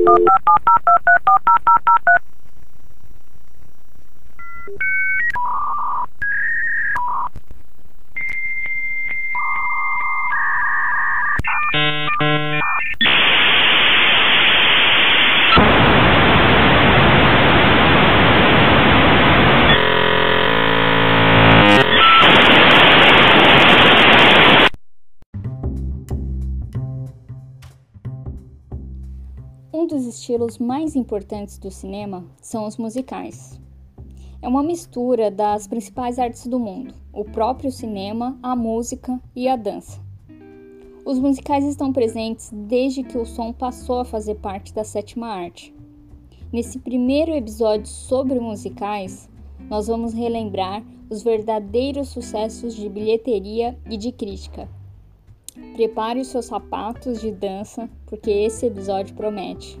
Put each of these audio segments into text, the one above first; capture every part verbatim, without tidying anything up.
Um dos estilos mais importantes do cinema são os musicais. É uma mistura das principais artes do mundo, o próprio cinema, a música e a dança. Os musicais estão presentes desde que o som passou a fazer parte da sétima arte. Nesse primeiro episódio sobre musicais, nós vamos relembrar os verdadeiros sucessos de bilheteria e de crítica. Prepare os seus sapatos de dança, porque esse episódio promete.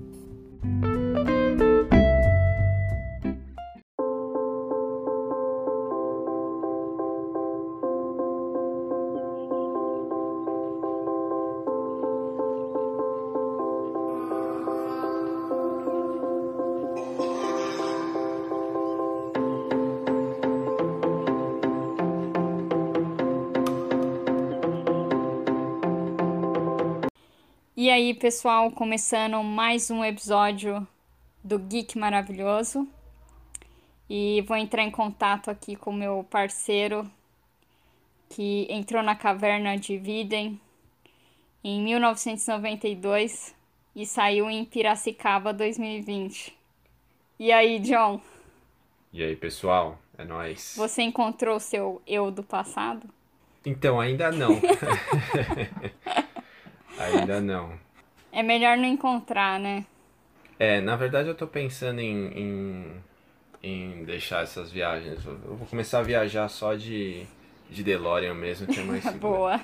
E aí, pessoal, começando mais um episódio do Geek Maravilhoso. E vou entrar em contato aqui com o meu parceiro que entrou na caverna de Videm em mil novecentos e noventa e dois e saiu em Piracicaba dois mil e vinte. E aí, John? E aí, pessoal? É nóis. Você encontrou o seu eu do passado? Então, ainda não. Ainda não. É melhor não encontrar, né? É, na verdade eu tô pensando em, em, em deixar essas viagens. Eu vou começar a viajar só de, de DeLorean mesmo, que é mais seguro. Boa.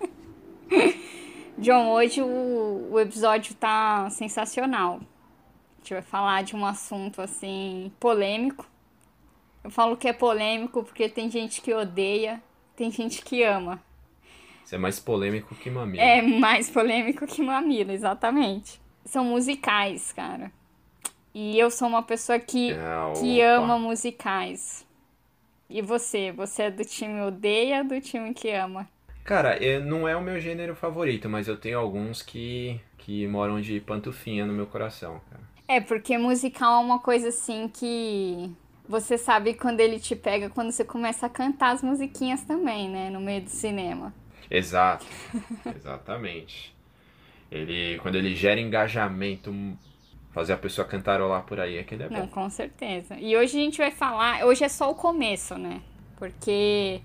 John, hoje o, o episódio tá sensacional. A gente vai falar de um assunto, assim, polêmico. Eu falo que é polêmico porque tem gente que odeia, tem gente que ama. Isso é mais polêmico que mamilo. É mais polêmico que mamilo, exatamente. São musicais, cara. E eu sou uma pessoa que, Ah, que opa. ama musicais. E você? Você é do time odeia ou do time que ama? Cara, é, não é o meu gênero favorito, mas eu tenho alguns que, que moram de pantufinha no meu coração, cara. É, porque musical é uma coisa assim que você sabe quando ele te pega quando você começa a cantar as musiquinhas também, né? No meio do cinema. Exato, exatamente. Ele, quando ele gera engajamento, fazer a pessoa cantarolar por aí é que ele é bom. Não, com certeza. E hoje a gente vai falar, hoje é só o começo, né? Porque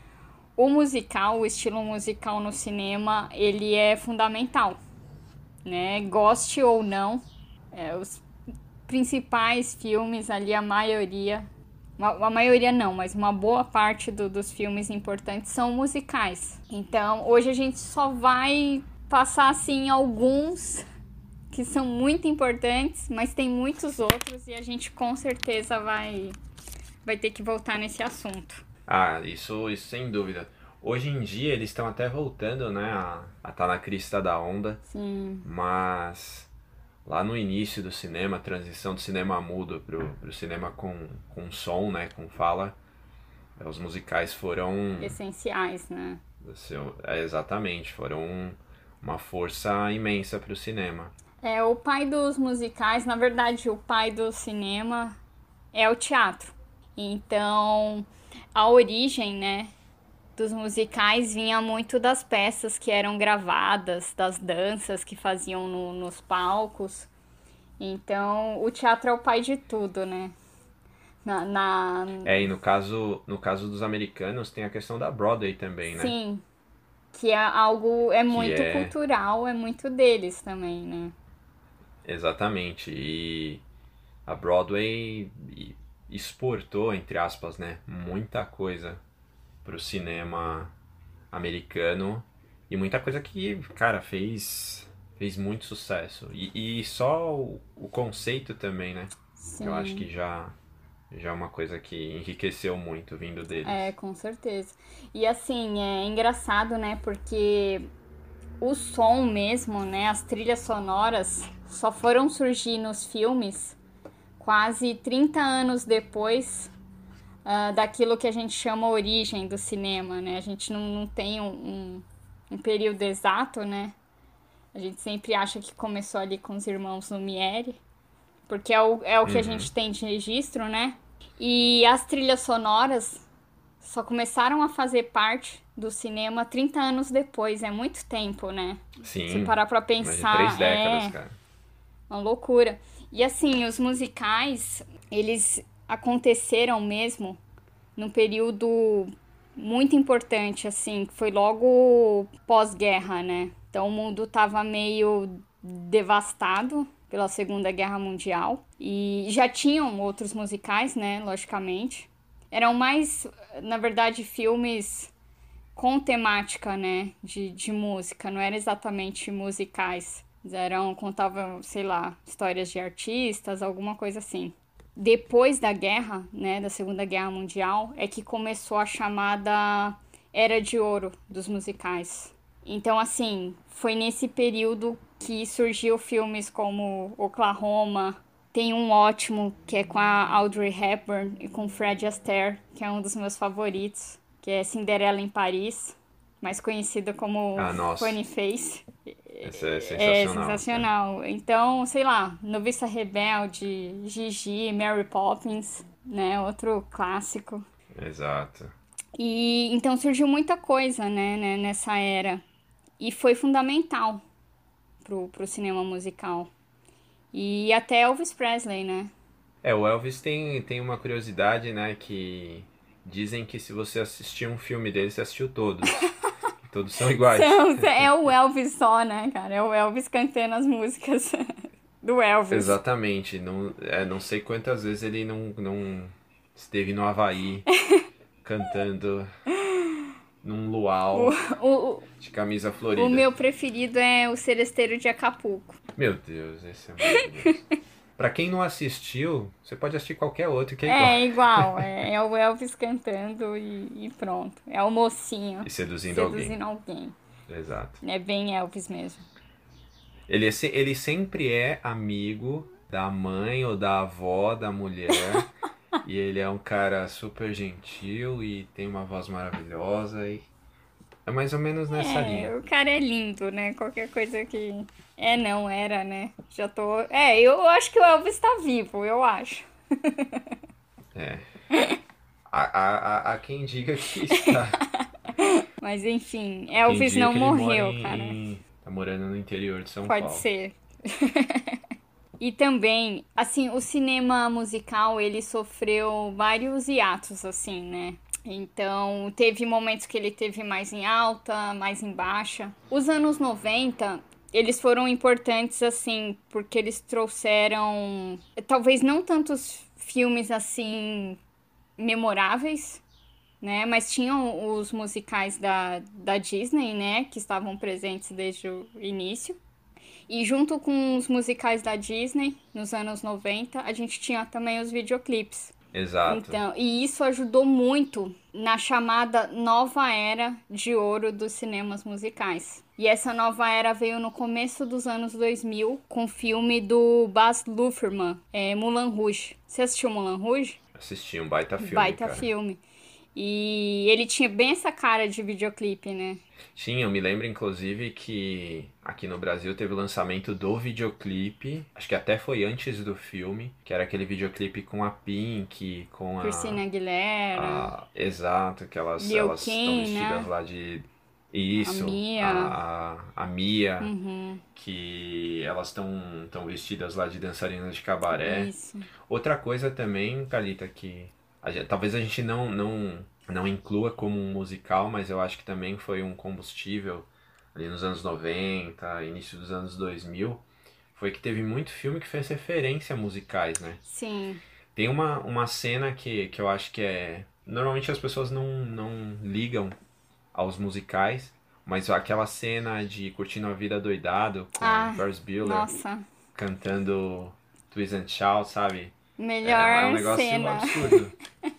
o musical, o estilo musical no cinema, ele é fundamental, né? Goste ou não, é, os principais filmes ali, a maioria, a maioria não, mas uma boa parte do, dos filmes importantes são musicais. Então, hoje a gente só vai passar, assim, alguns que são muito importantes, mas tem muitos outros e a gente com certeza vai, vai ter que voltar nesse assunto. Ah, isso, isso sem dúvida. Hoje em dia eles estão até voltando, né, a estar na crista da onda. Sim. Mas lá no início do cinema, a transição do cinema mudo pro, pro cinema com, com som, né, com fala, os musicais foram... Essenciais, né? É, exatamente, foram uma força imensa pro cinema. É, o pai dos musicais, na verdade, o pai do cinema é o teatro. Então, a origem, né, dos musicais vinha muito das peças que eram gravadas, das danças que faziam no, nos palcos. Então, o teatro é o pai de tudo, né? Na, na... É, e no caso, no caso dos americanos tem a questão da Broadway também, né? Sim, que é algo, é Que muito é... cultural, é muito deles também, né? Exatamente, e a Broadway exportou, entre aspas, né, muita coisa pro cinema americano e muita coisa que, cara, fez, fez muito sucesso. E, e só o, o conceito também, né? Sim. Eu acho que já, já é uma coisa que enriqueceu muito vindo deles. É, com certeza. E assim, é engraçado, né? Porque o som mesmo, né, as trilhas sonoras só foram surgir nos filmes quase trinta anos depois uh, daquilo que a gente chama origem do cinema, né? A gente não, não tem um, um, um período exato, né? A gente sempre acha que começou ali com os irmãos Lumière, porque é o, é o que a Uhum. gente tem de registro, né? E as trilhas sonoras só começaram a fazer parte do cinema trinta anos depois. É muito tempo, né? Se Sim, parar pra mais de três pensar, décadas, é cara. uma loucura. E assim, os musicais, eles aconteceram mesmo num período muito importante, assim, que foi logo pós-guerra, né? Então o mundo tava meio devastado pela Segunda Guerra Mundial e já tinham outros musicais, né? Logicamente. Eram mais, na verdade, filmes com temática, né? De, de música, não eram exatamente musicais. Eram, contavam, sei lá, histórias de artistas, alguma coisa assim. Depois da guerra, né, da Segunda Guerra Mundial, é que começou a chamada Era de Ouro dos musicais. Então, assim, foi nesse período que surgiu filmes como Oklahoma. Tem um ótimo que é com a Audrey Hepburn e com Fred Astaire, que é um dos meus favoritos, que é Cinderela em Paris, mais conhecida como Ah, nossa, Funny Face. essa é É sensacional, cara. sensacional. Então, sei lá, Noviça Rebelde, Gigi, Mary Poppins, né? Outro clássico. Exato. E então surgiu muita coisa, né, né, nessa era. E foi fundamental pro, pro cinema musical. E até Elvis Presley, né? É, o Elvis tem, tem uma curiosidade, né, que dizem que se você assistir um filme dele, você assistiu todos. Que todos são iguais. São, é o Elvis só, né, cara? É o Elvis cantando as músicas do Elvis. Exatamente. Não, é, não sei quantas vezes ele não, não esteve no Havaí cantando num O, luau o, de camisa o florida. meu preferido é o Celesteiro de Acapulco. Meu Deus, esse é maravilhoso. Pra quem não assistiu, você pode assistir qualquer outro que é igual. É igual, é, é o Elvis cantando e, e pronto. É o mocinho E seduzindo alguém. seduzindo alguém. Exato. É bem Elvis mesmo. Ele, é se- ele sempre é amigo da mãe ou da avó da mulher. E ele é um cara super gentil e tem uma voz maravilhosa. E é mais ou menos nessa linha. É, o cara é lindo, né? Qualquer coisa que. É, não, era, né? Já tô. É, eu acho que o Elvis tá vivo, eu acho. É. Há, há, há- há quem diga que está. Mas enfim, Quem Elvis diga não que ele mora morreu, cara. em, em- tá morando no interior de São Pode Paulo. ser. E também, assim, o cinema musical, ele sofreu vários hiatos, assim, né? Então, teve momentos que ele teve mais em alta, mais em baixa. Os anos noventa, eles foram importantes, assim, porque eles trouxeram, talvez não tantos filmes, assim, memoráveis, né? Mas tinham os musicais da, da Disney, né? Que estavam presentes desde o início. E junto com os musicais da Disney, nos anos noventa, a gente tinha também os videoclipes. Exato. Então, e isso ajudou muito na chamada nova era de ouro dos cinemas musicais. E essa nova era veio no começo dos anos dois mil, com o filme do Baz Luhrmann, é, Moulin Rouge. Você assistiu Moulin Rouge? Assisti um baita filme, Baita cara. filme. E ele tinha bem essa cara de videoclipe, né? Sim, eu me lembro inclusive que aqui no Brasil teve o lançamento do videoclipe, acho que até foi antes do filme, que era aquele videoclipe com a Pink, com a, Christina Aguilera, a exato, que elas Lil elas estão Kim, vestidas né? lá de A isso, Mia. a, a, a Mia, Uhum, que elas estão estão vestidas lá de dançarinas de cabaré. isso. Outra coisa também, Calita, que a gente- talvez a gente não, não, não inclua como um musical, mas eu acho que também foi um combustível ali nos anos noventa, início dos anos dois mil, foi que teve muito filme que fez referência a musicais, né? Sim. Tem uma, uma cena que, que eu acho que é... Normalmente as pessoas não, não ligam aos musicais, mas aquela cena de Curtindo a Vida Doidado com Ah, Ferris Bueller nossa. cantando Twist and Shout, sabe? É, é um Melhor negócio cena. absurdo.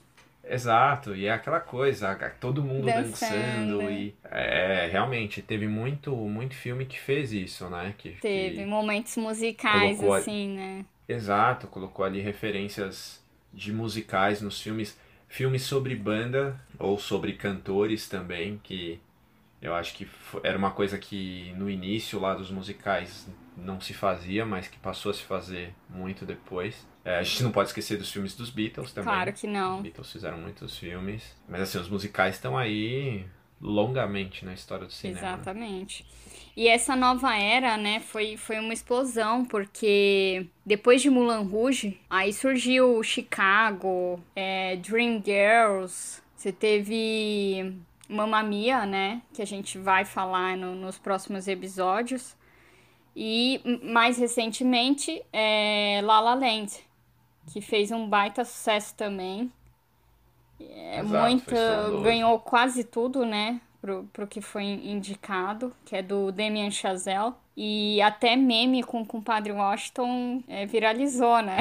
Exato, e é aquela coisa, a- todo mundo Dançando. dançando e é, realmente teve muito muito filme que fez isso, né? Que, Teve que momentos musicais, colocou, a- assim, né? exato, colocou ali referências de musicais nos filmes, filmes sobre banda ou sobre cantores também, que eu acho que fo- era uma coisa que no início lá dos musicais não se fazia, mas que passou a se fazer muito depois. É, a gente não pode esquecer dos filmes dos Beatles Claro também. que Os não. Beatles fizeram muitos filmes. Mas assim, os musicais estão aí longamente na história do cinema, né? Exatamente. E essa nova era, né, foi, foi uma explosão, porque depois de Moulin Rouge, aí surgiu Chicago, é, Dreamgirls, você teve Mamma Mia, né, que a gente vai falar no- nos próximos episódios, e m- mais recentemente, é, La La Land, que fez um baita sucesso também. É Exato, foi muita. estrondoso. Ganhou quase tudo, né? Pro, pro que foi indicado, que é do Damien Chazelle. E até meme com o compadre Washington é, viralizou, né?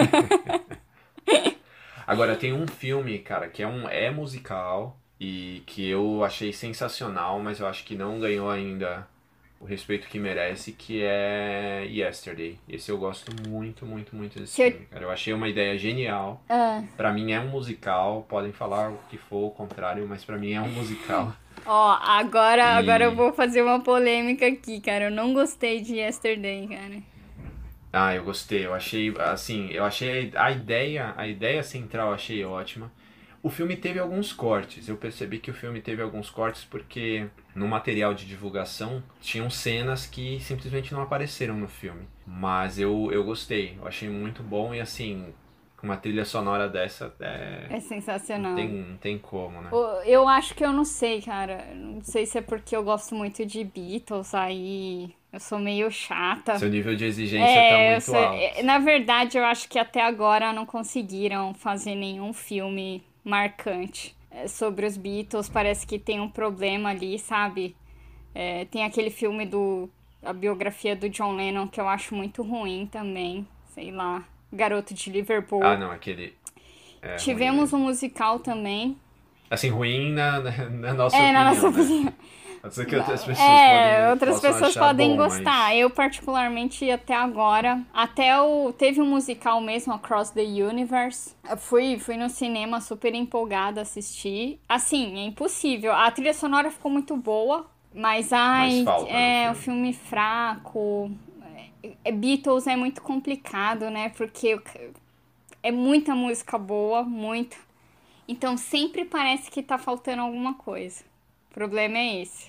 Agora tem um filme, cara, que é um é musical e que eu achei sensacional, mas eu acho que não ganhou ainda o respeito que merece, que é Yesterday. Esse eu gosto muito, muito, muito desse Se eu- filme, cara. Eu achei uma ideia genial. Ah, Pra mim é um musical, podem falar o que for o contrário, mas pra mim é um musical. ó, agora, agora eu E vou fazer uma polêmica aqui, cara. Eu não gostei de Yesterday, cara. ah, eu gostei. Eu achei assim, eu achei a ideia, a ideia central eu achei ótima. O filme teve alguns cortes. Eu percebi que o filme teve alguns cortes porque no material de divulgação tinham cenas que simplesmente não apareceram no filme. Mas eu, eu gostei. Eu achei muito bom e assim, com uma trilha sonora dessa, é, É não tem, sensacional. não tem como, né? Ô, eu acho que eu não sei, cara. Não sei se é porque eu gosto muito de Beatles, aí eu sou meio chata. Seu nível de exigência tá É, eu muito sei- alto. é, na verdade, eu acho que até agora não conseguiram fazer nenhum filme marcante é, sobre os Beatles. Parece que tem um problema ali, sabe? É, tem aquele filme do a biografia do John Lennon que eu acho muito ruim também, sei lá. Garoto de Ah, Liverpool. não, aquele é ruim Tivemos um mesmo. musical também. Assim, ruim na, na, na nossa É, na nossa opinião, né? opinião. Pode ser que outras pessoas É, podem, outras possam pessoas achar podem bom, gostar. mas. Eu, particularmente, até agora. Até o. Teve um musical mesmo, Across the Universe. Eu fui, fui no cinema super empolgada assistir. Assim, é impossível. A trilha sonora ficou muito boa. Mas, Mas ai, falta no é o filme. filme fraco. É, Beatles é muito complicado, né? Porque é muita música boa, muita. Então sempre parece que tá faltando alguma coisa. O problema é esse.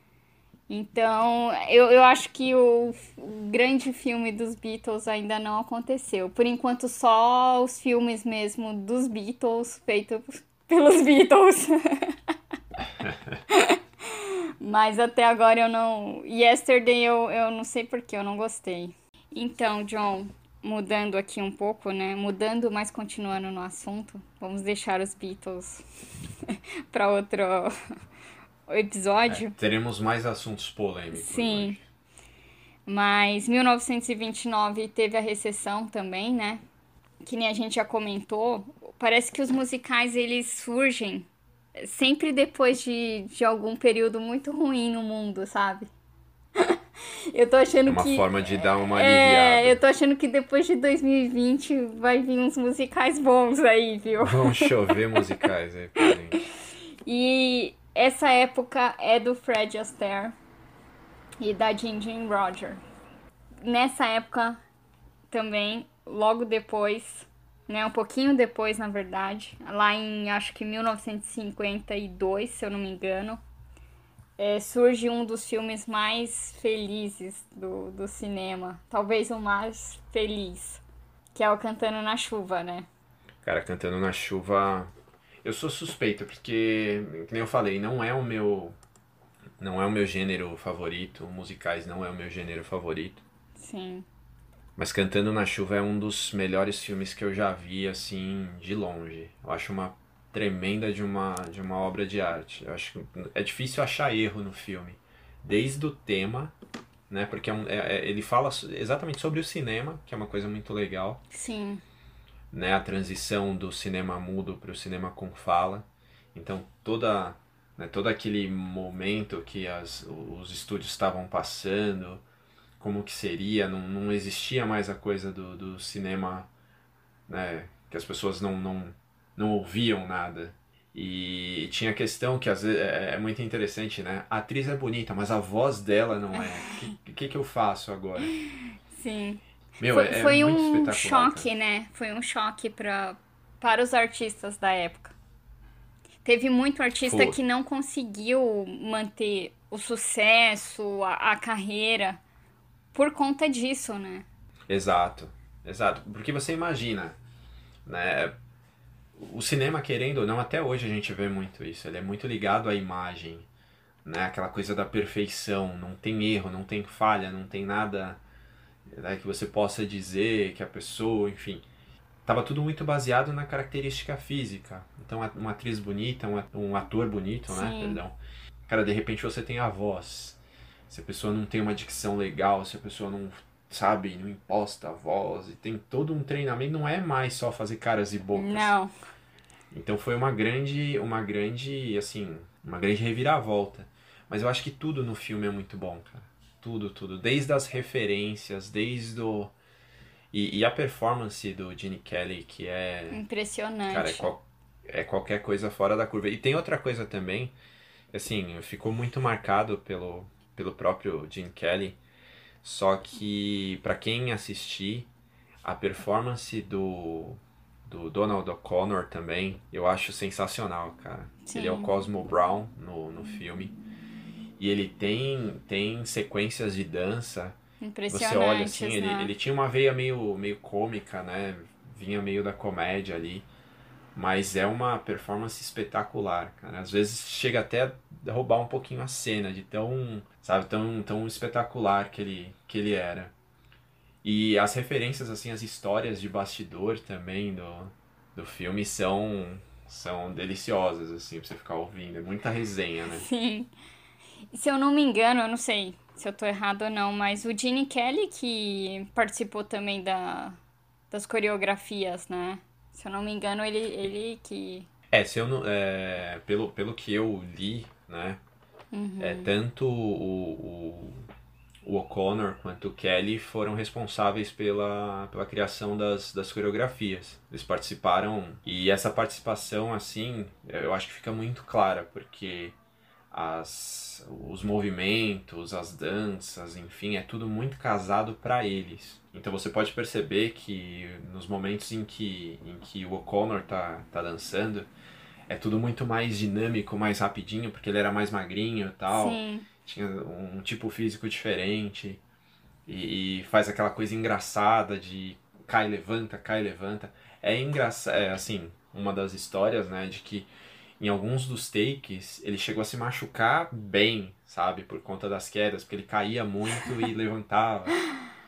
Então, eu, eu acho que o, o grande filme dos Beatles ainda não aconteceu. Por enquanto, só os filmes mesmo dos Beatles, feitos pelos Beatles. Mas até agora eu não. Yesterday eu, eu não sei porque eu não gostei. Então, John, mudando aqui um pouco, né? Mudando, mas continuando no assunto, vamos deixar os Beatles para outro É, episódio. teremos mais assuntos polêmicos Sim, hoje. mas mil novecentos e vinte e nove teve a recessão também, né? Que nem a gente já comentou. Parece que os musicais eles surgem sempre depois de, de algum período muito ruim no mundo, sabe? Eu tô É achando uma que. forma de dar uma É, eu aliviada. tô achando que depois de dois mil e vinte vai vir uns musicais bons aí, viu? Vão chover musicais aí pra gente. E essa época é do Fred Astaire e da Ginger Roger. Nessa época também, logo depois, né, um pouquinho depois, na verdade, lá em acho que mil novecentos e cinquenta e dois, se eu não me engano, é, surge um dos filmes mais felizes do, do cinema, talvez o mais feliz, que é o Cantando na Chuva, né? Cara, cantando na chuva. Eu sou suspeito, porque, que nem eu falei, não é o meu. Não é o meu gênero favorito. Musicais não é o meu gênero favorito. Sim, Mas Cantando na Chuva é um dos melhores filmes que eu já vi, assim, de longe. Eu acho uma tremenda de uma, de uma obra de arte. Eu acho que é difícil achar erro no filme. Desde o tema, né? Porque é um- é- é- ele fala so- exatamente sobre o cinema, que é uma coisa muito legal. sim, né, a transição do cinema mudo para o cinema com fala. Então toda, né, todo aquele momento que as, os estúdios estavam passando, como que seria, não, não existia mais a coisa do, do cinema, né, que as pessoas não, não, não ouviam nada. E tinha a questão que às vezes é é muito interessante, né? A atriz é bonita, mas a voz dela não é. O que, que, que eu faço agora? Sim. Meu, Foi, é, é foi muito um espetacular, cara. choque, né? Foi um choque pra, para os artistas da época. Teve muito artista Foi. que não conseguiu manter o sucesso, a, a carreira, por conta disso, né? Exato, exato. Porque você imagina, né? O cinema, querendo ou não, até hoje a gente vê muito isso. Ele é muito ligado à imagem, né? Aquela coisa da perfeição. Não tem erro, não tem falha, não tem nada, né, que você possa dizer que a pessoa, enfim. Tava tudo muito baseado na característica física. Então, uma atriz bonita, um ator bonito, né? Sim, Perdão. Cara, de repente você tem a voz. Se a pessoa não tem uma dicção legal, se a pessoa não sabe, não imposta a voz, e tem todo um treinamento, não é mais só fazer caras e bocas. não. Então foi uma grande, uma grande, assim, uma grande reviravolta. Mas eu acho que tudo no filme é muito bom, cara. Tudo, tudo. Desde as referências, desde o... E, e a performance do Gene Kelly, que é... Cara, é, Impressionante. qual, é qualquer coisa fora da curva. E tem outra coisa também, assim, ficou muito marcado pelo, pelo próprio Gene Kelly. Só que, pra quem assistir, a performance do, do Donald O'Connor também, eu acho sensacional, cara. Ele é o Sim, Cosmo Brown no, no filme. E ele tem, tem sequências de dança. Você olha assim, impressionantes, ele, né? ele tinha uma veia meio, meio cômica, né? Vinha meio da comédia ali. Mas é uma performance espetacular, cara. Às vezes chega até a roubar um pouquinho a cena de tão, sabe, tão, tão espetacular que ele, que ele era. E as referências, assim, as histórias de bastidor também do, do filme são, são deliciosas, assim, pra você ficar ouvindo. É muita resenha, né? Sim. E se eu não me engano, eu não sei se eu tô errado ou não, mas o Gene Kelly que participou também da, das coreografias, né? Se eu não me engano, ele, ele que. É, se eu não, é, pelo, pelo que eu li, né? É, tanto o, o, o O'Connor quanto o Kelly foram responsáveis pela, pela criação das, das coreografias. Eles participaram, e essa participação, assim, eu acho que fica muito clara, porque as, os movimentos, as danças, enfim, é tudo muito casado para eles. Então você pode perceber que nos momentos em que, em que o O'Connor tá, tá dançando, é tudo muito mais dinâmico, mais rapidinho, porque ele era mais magrinho e tal, Sim, tinha um tipo físico diferente, e, e faz aquela coisa engraçada de cai, levanta, cai, levanta. É engraçado, é assim, uma das histórias, né, de que em alguns dos takes ele chegou a se machucar bem, sabe, por conta das quedas, porque ele caía muito e levantava.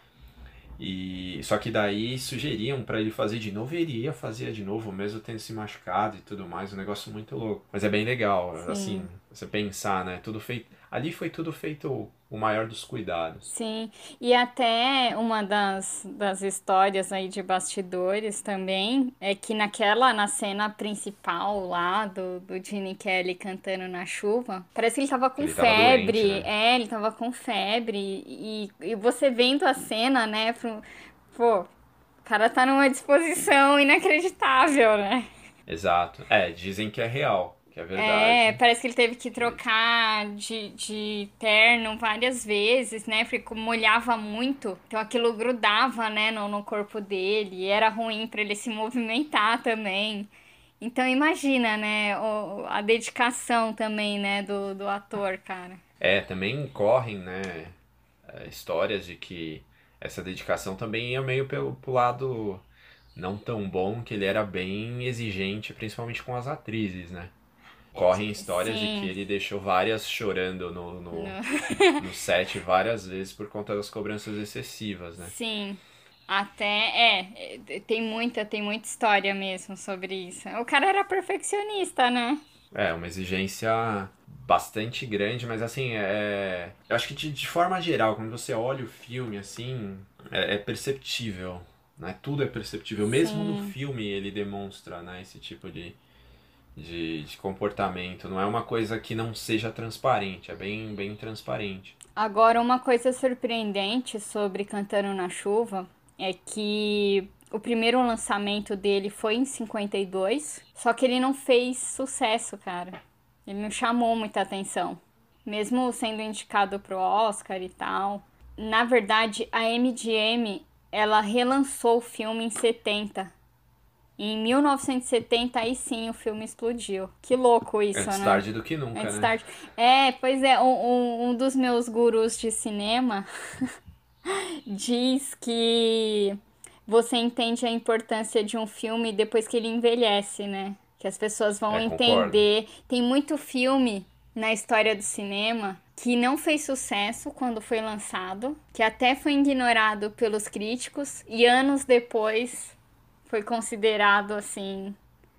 E só que daí sugeriam pra ele fazer de novo e ele ia fazer de novo, mesmo tendo se machucado e tudo mais, um negócio muito louco. Mas é bem legal, assim, sim. você pensar, né? Tudo feito. Ali foi tudo feito o maior dos cuidados. Sim, e até uma das, das histórias aí de bastidores também é que naquela, na cena principal lá do, do Gene Kelly cantando na chuva, parece que ele tava Que com ele tava doente, febre, né? é, ele tava com febre, e, e você vendo a cena, né, pro- pô, o cara tá numa disposição inacreditável, né? Exato. É, dizem que é real, que é É, verdade. parece que ele teve que trocar de, de terno várias vezes, né? Porque como molhava muito, então aquilo grudava, né, no, no corpo dele, e era ruim pra ele se movimentar também. Então imagina, né, o- a dedicação também, né, do, do ator, cara. É, também correm, né, é, histórias de que essa dedicação também ia meio pelo, pro lado não tão bom, que ele era bem exigente, principalmente com as atrizes, né? Correm histórias de que Sim, ele deixou várias chorando no, no, no- no set várias vezes por conta das cobranças excessivas, né? sim. Até, é, é, tem muita, tem muita história mesmo sobre isso. O cara era perfeccionista, né? É, uma exigência bastante grande, mas assim, é... eu acho que de, de forma geral, quando você olha o filme, assim, é, é perceptível, né? Tudo é perceptível. Mesmo Sim. no filme ele demonstra, né, esse tipo de, de, de comportamento. Não é uma coisa que não seja transparente, é bem, bem transparente. Agora, uma coisa surpreendente sobre Cantando na Chuva é que o primeiro lançamento dele foi em cinquenta e dois, só que ele não fez sucesso, cara. Ele não chamou muita atenção, mesmo sendo indicado pro Oscar e tal. Na verdade, a M G M, ela relançou o filme em setenta. Em mil novecentos e setenta, aí sim o filme explodiu. Que louco isso, Antes né? tarde do que nunca, Antes né? tarde. É, pois é, um, um, um dos meus gurus de cinema diz que você entende a importância de um filme depois que ele envelhece, né? Que as pessoas vão É, concordo. entender. Tem muito filme na história do cinema que não fez sucesso quando foi lançado, que até foi ignorado pelos críticos e anos depois foi considerado assim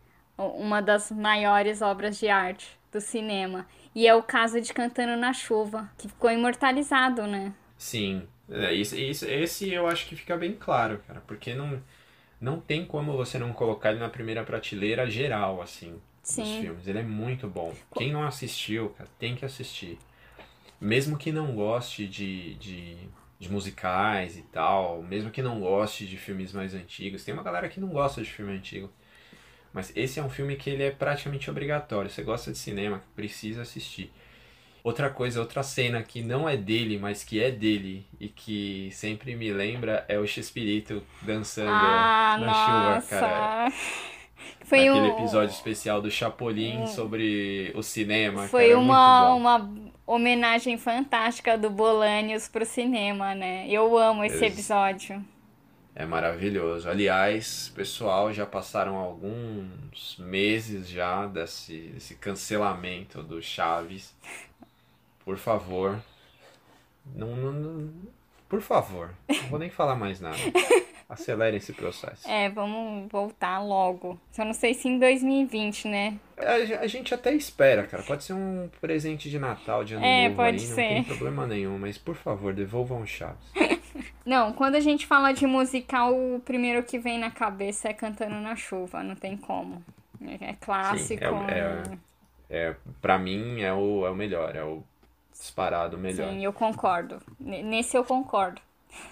uma das maiores obras de arte do cinema. E é o caso de Cantando na Chuva, que ficou imortalizado, né? Sim, é, isso, isso, esse eu acho que fica bem claro, cara, porque não, não tem como você não colocar ele na primeira prateleira geral, assim, dos Sim. filmes. Ele é muito bom. Quem não assistiu, cara, tem que assistir. Mesmo que não goste de, de, de musicais e tal, mesmo que não goste de filmes mais antigos, tem uma galera que não gosta de filme antigo, mas esse é um filme que ele é praticamente obrigatório. Você gosta de cinema, precisa assistir. Outra coisa, outra cena que não é dele, mas que é dele e que sempre me lembra é o Chespirito dançando Ah, na chuva, cara. nossa. Foi Naquele um, episódio especial do Chapolin sobre o cinema, cara, foi é muito uma, bom. uma homenagem fantástica do Bolanhos pro cinema, né? Eu amo esse Ex- episódio. É maravilhoso. Aliás, pessoal, já passaram alguns meses já desse, desse cancelamento do Chaves. Por favor, não, não, não- por favor, não vou nem falar mais nada. Acelere esse processo. É, vamos voltar logo. Só não sei se em dois mil e vinte, né? A, a gente até espera, cara. Pode ser um presente de Natal, de Ano É, Novo pode aí, não tem ser. problema nenhum. Mas por favor, devolvam Chaves. Não, quando a gente fala de musical, o primeiro que vem na cabeça é Cantando na Chuva, não tem como. É é Sim, clássico. é, é, é, pra mim é o, é o melhor, é o disparado melhor. Sim, eu concordo. N- Nesse eu concordo.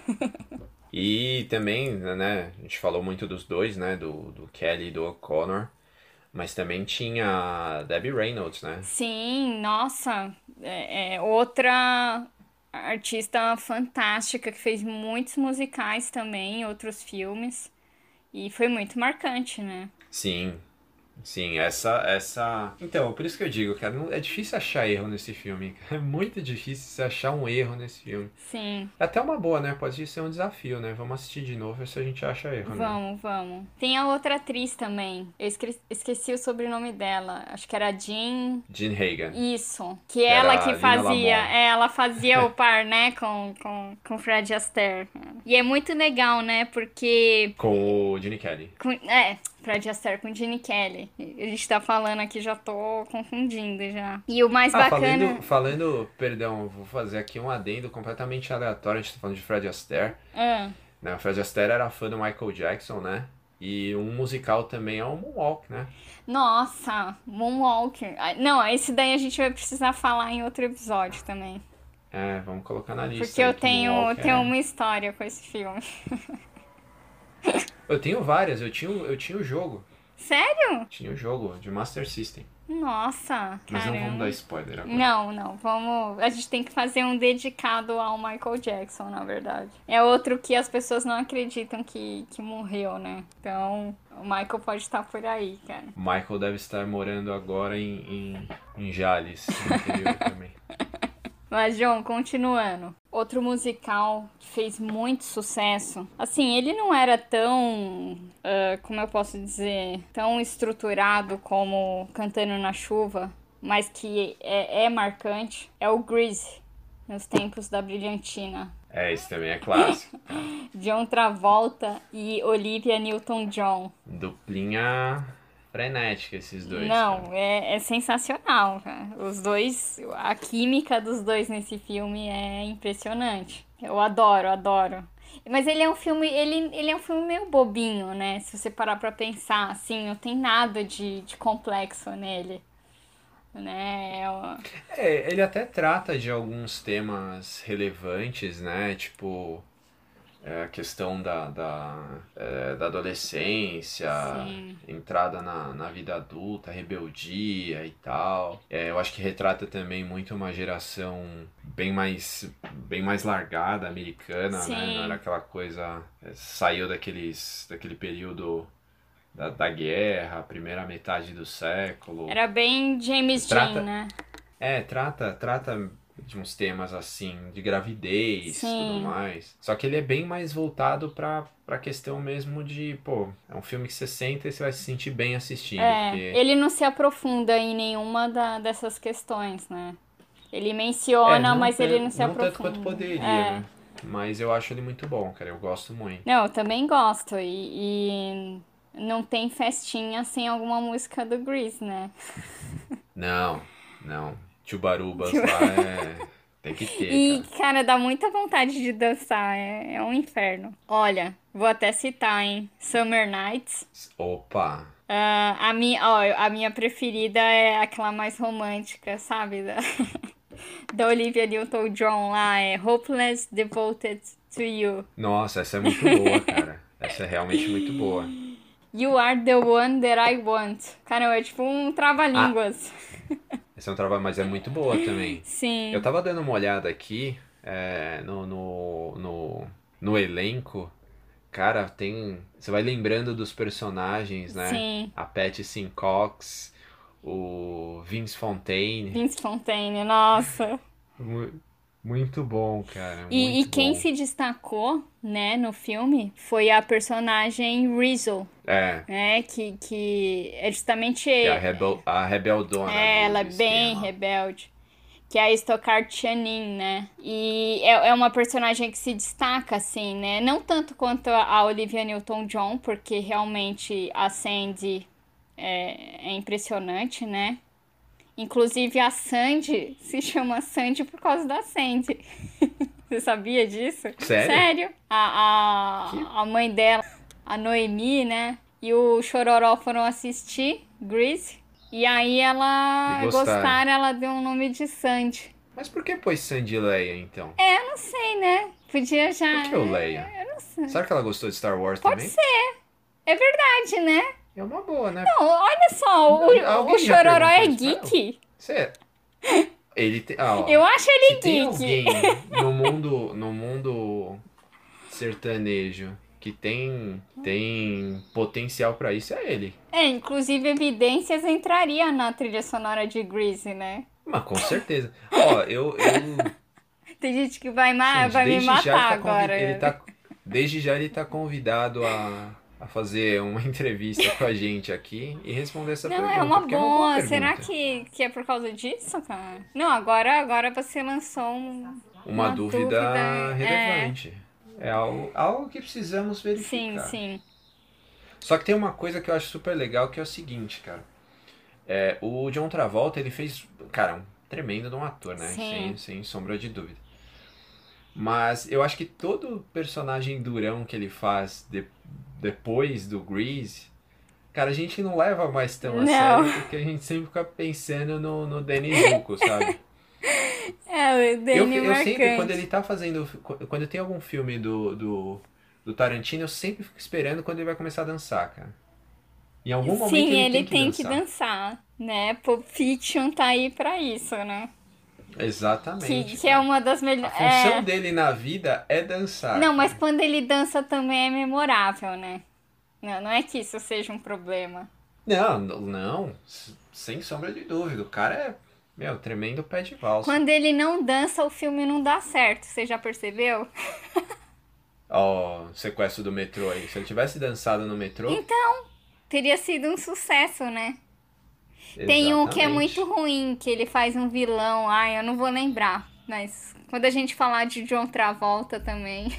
E também, né, a gente falou muito dos dois, né, do, do Kelly e do O'Connor, mas também tinha a Debbie Reynolds, né? Sim, nossa, é, é outra artista fantástica que fez muitos musicais também, outros filmes, e foi muito marcante, né? Sim, sim, essa, essa... Então, por isso que eu digo, cara, não- é difícil achar erro nesse filme. É muito difícil você achar um erro nesse filme. Sim, É até uma boa, né? Pode ser um desafio, né? Vamos assistir de novo ver se a gente acha erro nele. vamos, vamos. Tem a outra atriz também, eu esque- esqueci o sobrenome dela, acho que era Jean. Jean Hagen, Isso, que que ela era a que Lina fazia, Lamont. é, ela fazia o par, né, com, com, com Fred Astaire. E é muito legal, né, porque Com o Gene Kelly. Com- é, Fred Astaire com Gene Kelly. A gente tá falando aqui, já tô confundindo já. E o mais Ah, bacana. falando, falando, perdão, vou fazer aqui um adendo completamente aleatório. A gente tá falando de Fred Astaire, Ah, né? O Fred Astaire era fã do Michael Jackson, né? E um musical também é o Moonwalk, né? nossa, Moonwalker. Ah, não, esse daí a gente vai precisar falar em outro episódio também. É, vamos colocar na lista Porque aí eu que tenho, Moonwalk tenho é... uma história com esse filme. Eu tenho várias, eu tinha, o- eu tinha o jogo. Sério? Tinha o jogo de Master System. Nossa, Mas não vamos dar caramba. spoiler agora. Não, não, vamos. A gente tem que fazer um dedicado ao Michael Jackson, na verdade. É outro que as pessoas não acreditam que, que morreu, né? Então, o Michael pode estar por aí, cara. O Michael deve estar morando agora em, em, em Jales, no interior também. Mas, John, continuando. Outro musical que fez muito sucesso. Assim, ele não era tão, ah, como eu posso dizer, tão estruturado como Cantando na Chuva, mas que é, é marcante. É o Grease, Nos Tempos da Brilhantina. É, esse também é clássico. John Travolta e Olivia Newton-John. Duplinha frenética esses dois, Não, cara. é, é sensacional, cara. Os dois, a química dos dois nesse filme é impressionante. Eu adoro, adoro. Mas ele é um filme, ele, ele é um filme meio bobinho, né? Se você parar pra pensar, assim, não tem nada de, de complexo nele, né? É o- É, ele até trata de alguns temas relevantes, né? Tipo, é, a questão da, da, é, da adolescência, Sim. entrada na, na vida adulta, rebeldia e tal. É, eu acho que retrata também muito uma geração bem mais, bem mais largada, americana, né? Não era Sim. aquela coisa... é, saiu daqueles, daquele período da, da guerra, primeira metade do século. Era bem James Dean, Trata, né? é, trata, trata de uns temas assim, de gravidez, tudo Sim. mais. Só que ele é bem mais voltado pra, pra questão mesmo de, pô, é um filme que você senta e você vai se sentir bem assistindo, É, porque ele não se aprofunda em nenhuma da- dessas questões, né? Ele é, menciona, não, mas ele tan- não se não tanto quanto aprofunda. poderia, É. né? Mas eu acho ele muito bom, cara, eu gosto muito. Não, eu também gosto. E, e não tem festinha sem alguma música do Grease, né? Não, não. Chubarubas lá é. Tem que ter, E, cara. cara, dá muita vontade de dançar. É, é um inferno. Olha, vou até citar, hein? Summer Nights. Opa! Ah, a minha, ó, a minha preferida é aquela mais romântica, sabe? Da, da Olivia Newton-John lá, é Hopeless Devoted to You. Nossa, essa é muito boa, cara. Essa é realmente muito boa. You are the one that I want. Caramba, é tipo um Ah, trava-línguas. esse é um trabalho, mas é muito boa também. Eu Sim, tava dando uma olhada aqui é, no, no, no, no elenco. Cara, tem. Você vai lembrando dos personagens, né? sim. A Patty Sincox, o Vince Fontaine. Vince Fontaine, nossa. Mu- Muito bom, cara. E, e Muito quem bom. se destacou, né, no filme foi a personagem Rizzo, É, né? Que, que é justamente que é a, é, rebel, a rebeldona do, ela é do bem esquema. rebelde. Que é a Stockard Channing, né? E é, é uma personagem que se destaca, assim, né? Não tanto quanto a Olivia Newton-John, porque realmente a Sandy é, é impressionante, né? Inclusive a Sandy se chama Sandy por causa da Sandy. Você sabia disso? Sério? Sério? Que... A, a, a mãe dela, a Noemi, né? E o Chororó foram assistir Grease. E aí E ela gostaram. gostaram, ela deu o nome de Sandy. Mas por que pôs Sandy Leia, então? É, eu não sei, né? Podia já. Por que o Leia? Eu não sei. Será que ela gostou de Star Wars Pode também? ser. É verdade, né? É uma boa, né? Não, olha só, o, o Alguém já Chororó perguntou é isso pra ela? geek. Você... Ele tem... Ah, ó. Eu acho Se ele tem geek. alguém no mundo, no mundo sertanejo que tem, tem potencial pra isso, é ele. É, inclusive Evidências entraria na trilha sonora de Grease, né? Mas com certeza. Ó, eu, eu... Tem gente que vai, ma Gente, vai me desde já ele matar tá, convid... ele agora. tá... Desde já ele tá convidado a... a fazer uma entrevista com a gente aqui e responder essa Não, pergunta, é uma porque é uma boa boa. pergunta. Será que, que é por causa disso, cara? Não, agora, agora você lançou um- Uma, dúvida, É, relevante. É algo, algo que precisamos sim, verificar. sim. Só que tem uma coisa que eu acho super legal, que é o seguinte, cara. É, o John Travolta, ele fez, cara, um tremendo de um ator, né? Sim. Sem, sem sombra de dúvida. Mas eu acho que todo personagem durão que ele faz de- depois do Grease, cara, a gente não leva mais tão a Não. sério, porque a gente sempre fica pensando no, no Danny Zuko, sabe? É, o Eu, Danny eu sempre, quando marcante. ele tá fazendo. Quando tem algum filme do, do, do Tarantino, eu sempre fico esperando quando ele vai começar a dançar, cara. Em algum momento Sim, ele, ele tem que tem que dançar. dançar, né? Pulp Fiction tá aí pra isso, né? Que, Exatamente, que é cara. uma das A melhores. função É... dele na vida é dançar, Não, mas cara. quando ele dança também é memorável, né? Não, não é que isso seja um problema. Não, n- não, s- sem sombra de dúvida. O cara é, meu, tremendo pé de valsa. Quando ele não dança, o filme não dá certo. Você já percebeu? Ó, o sequestro do metrô aí. Se ele tivesse dançado no metrô, Então, teria sido um sucesso, né? Tem um que é exatamente. muito ruim, que ele faz um vilão. Ai, eu não vou lembrar. Mas quando a gente falar de John Travolta também,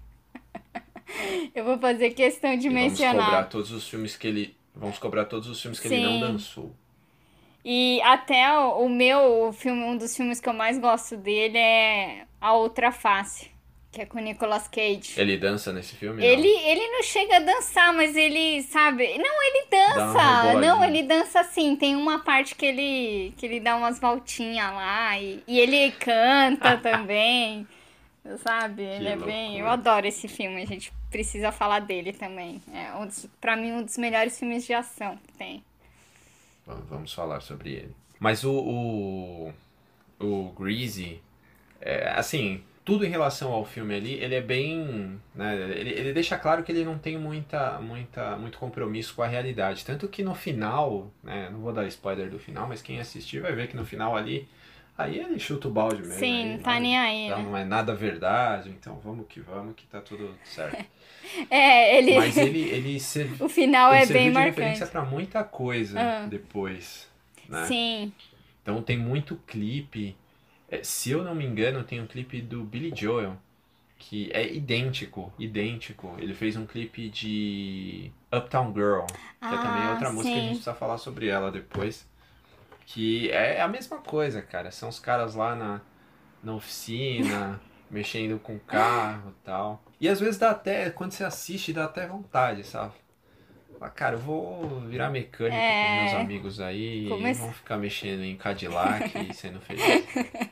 eu vou fazer questão de E vamos cobrar mencionar. todos os filmes que ele. Vamos cobrar todos os filmes que ele não Sim. dançou. E até o, o meu o filme, um dos filmes que eu mais gosto dele é A Outra Face. Que é com o Nicolas Cage. Ele dança nesse filme? Ele, não? ele não chega a dançar, mas ele, sabe... Não, ele Dá uma dança. reboladinha. Não, ele dança assim. Tem uma parte que ele, que ele dá umas voltinhas lá. E, e ele canta também. Sabe? Ele é bem... Eu loucura. adoro esse filme. A gente precisa falar dele também. É, um dos, pra mim, um dos melhores filmes de ação que tem. Vamos- Vamos falar sobre ele. Mas o, o, o Greasy, é, assim, tudo em relação ao filme ali, ele é bem, né, ele, ele deixa claro que ele não tem muita, muita, muito compromisso com a realidade. Tanto que no final, né, não vou dar spoiler do final, mas quem assistir vai ver que no final ali, aí ele chuta o balde mesmo. Sim, aí, não tá olha, nem aí, tá, né? não é nada verdade, então vamos que vamos que tá tudo certo. É, ele... Mas ele, ele, serv... O final ele é serviu bem de marcante. referência pra muita coisa Ah. depois, né? Sim. Então tem muito clipe. É, se eu não me engano, tem um clipe do Billy Joel que é idêntico, idêntico. Ele fez um clipe de Uptown Girl, que é também Ah, outra música que a gente sim. precisa falar sobre ela depois. Que é a mesma coisa, cara. São os caras lá na, na oficina, mexendo com o carro e tal. E às vezes dá até, quando você assiste, dá até vontade, sabe? Fala, cara, eu vou virar mecânico com meus É. amigos aí e Come- vamos ficar mexendo em Cadillac e sendo feliz.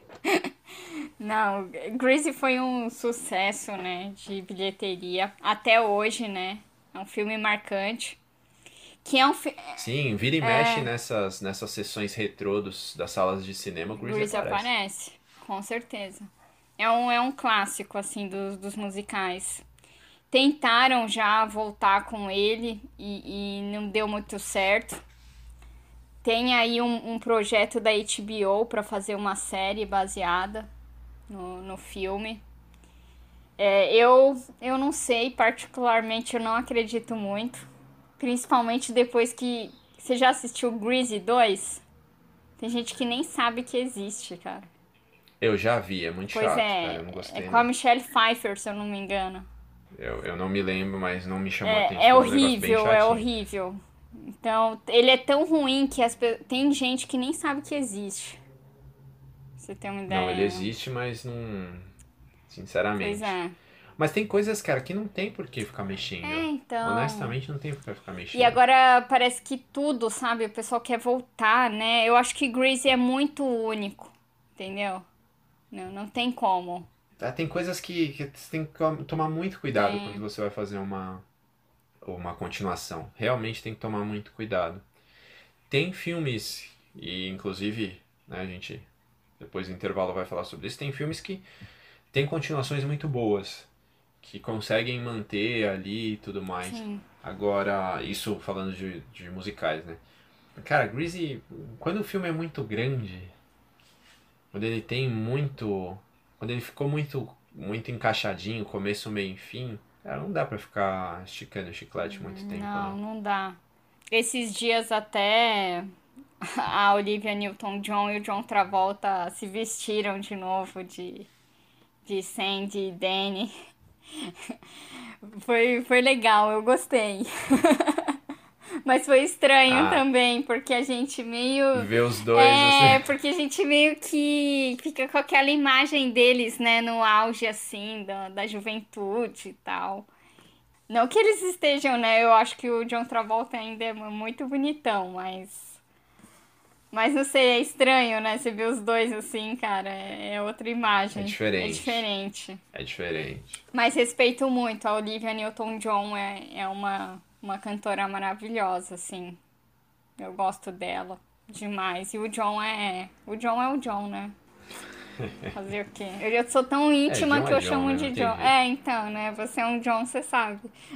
Não, Grease foi um sucesso, né, de bilheteria até hoje, né? É um filme marcante. Que é um fi... Sim, vira e mexe nessas, nessas sessões retrô dos, das salas de cinema, o Grease Grease aparece. aparece, com certeza. É um, é um clássico, assim, dos, dos musicais. Tentaram já voltar com ele e, e não deu muito certo. Tem aí um, um projeto da H B O para fazer uma série baseada no, no filme. É, eu, eu não sei, particularmente eu não acredito muito. Principalmente depois que... Você já assistiu Grease dois? Tem gente que nem sabe que existe, cara. Eu já vi, é muito Pois chato, é, cara, eu não gostei é com a não. Michelle Pfeiffer, se eu não me engano. Eu, eu não me lembro, mas não me chamou a É, atenção, é é um negócio bem horrível, é chatinho. horrível. Então, ele é tão ruim que as pe... tem gente que nem sabe que existe. Pra você ter uma ideia. Não, ele existe, mas não... Sinceramente. Pois é. Mas tem coisas, cara, que não tem por que ficar mexendo. É, então. Honestamente, não tem por que ficar mexendo. E agora parece que tudo, sabe? O pessoal quer voltar, né? Eu acho que Grease é muito único, entendeu? Não, não tem como. Ah, tem coisas que, que você tem que com- tomar muito cuidado É. quando você vai fazer uma, uma continuação. Realmente tem que tomar muito cuidado. Tem filmes, e inclusive, né, a gente depois do intervalo vai falar sobre isso, tem filmes que tem continuações muito boas, que conseguem manter ali e tudo mais. Sim. Agora, isso falando de, de musicais, né? Cara, Grease, quando o filme é muito grande, quando ele tem muito... Quando ele ficou muito, muito encaixadinho, começo, meio e fim, cara, não dá pra ficar esticando o chiclete muito tempo, Não, não. não dá. Esses dias até a Olivia Newton-John e o John Travolta se vestiram de novo de, de Sandy e Danny. Foi, foi legal, eu gostei. Mas foi estranho Ah. também, porque a gente meio... Ver os dois, É, assim... porque a gente meio que fica com aquela imagem deles, né, no auge, assim, da, da juventude e tal. Não que eles estejam, né, eu acho que o John Travolta ainda é muito bonitão, mas... Mas não sei, é estranho, né, você vê os dois assim, cara, é é outra imagem. É diferente. É diferente. É diferente. Mas respeito muito, a Olivia Newton-John é, é uma, uma cantora maravilhosa, assim. Eu gosto dela demais. E o John é. O John é o John, né? Fazer o quê? Eu já sou tão íntima John que é eu John, chamo né? de Não tem John. jeito. É, então, né? Você é um John, você sabe.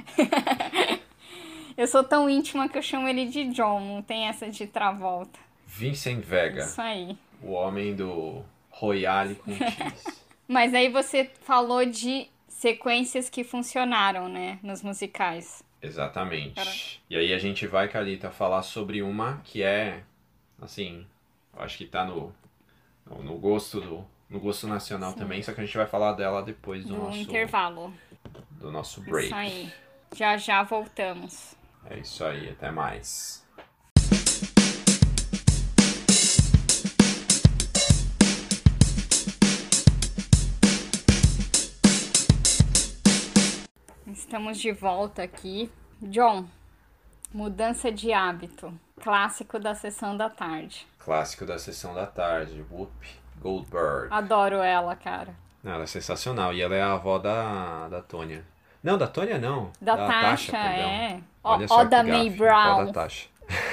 Eu sou tão íntima que eu chamo ele de John. Não tem essa de Travolta. Vincent Vega, Isso aí. o homem do Royale com cheese. Mas aí você falou de sequências que funcionaram, né? Nos musicais. Exatamente. Cara. E aí a gente vai, Calita, falar sobre uma que é, assim, eu acho que tá no, no, no gosto do no gosto nacional também, só que a gente vai falar dela depois do, Do nosso intervalo. do nosso break. Isso aí. Já já voltamos. É isso aí, até mais. estamos de volta aqui. John, mudança de hábito. Clássico da sessão da tarde. Clássico da sessão da tarde. Whoopi Goldberg. Adoro ela, cara. Não, ela é sensacional. E ela é a avó da, da Tônia. Não, da Tônia não. Da, da Tasha, Tasha, perdão. é. Olha Ó, só ó da que May gafe. Brown. Ó da Tasha.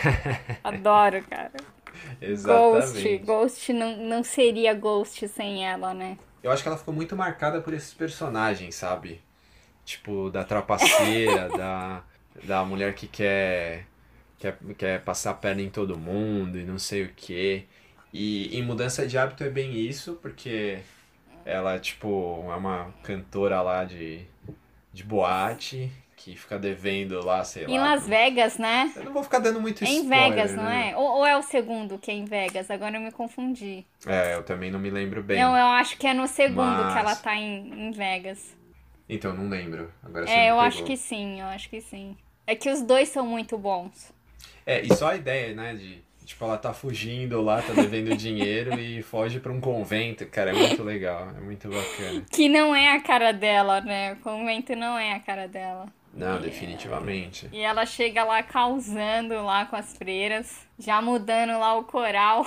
Adoro, cara. Exatamente. Ghost. Ghost não, não seria Ghost sem ela, né? Eu acho que ela ficou muito marcada por esses personagens, sabe? Tipo, da trapaceira, da, da mulher que quer, quer, quer passar a perna em todo mundo e não sei o quê. E em Mudança de Hábito é bem isso, porque ela, tipo, é uma cantora lá de, de boate que fica devendo lá, sei Em lá. Las Vegas, né? Eu não vou ficar dando muito É em spoiler, Vegas, não né? é? Ou, ou é o segundo que é em Vegas? Agora eu me confundi. É, eu também não me lembro bem. Não, eu acho que é no segundo Mas- que ela tá em, em Vegas. Então, não lembro. Agora você É, me eu pegou. acho que sim, eu acho que sim. É que os dois são muito bons. É, e só a ideia, né, de, tipo, ela tá fugindo lá, tá devendo dinheiro e foge pra um convento. Cara, é muito legal, é muito bacana. Que não é a cara dela, né? O convento não é a cara dela. Não, definitivamente. E ela chega lá causando lá com as freiras, já mudando lá o coral.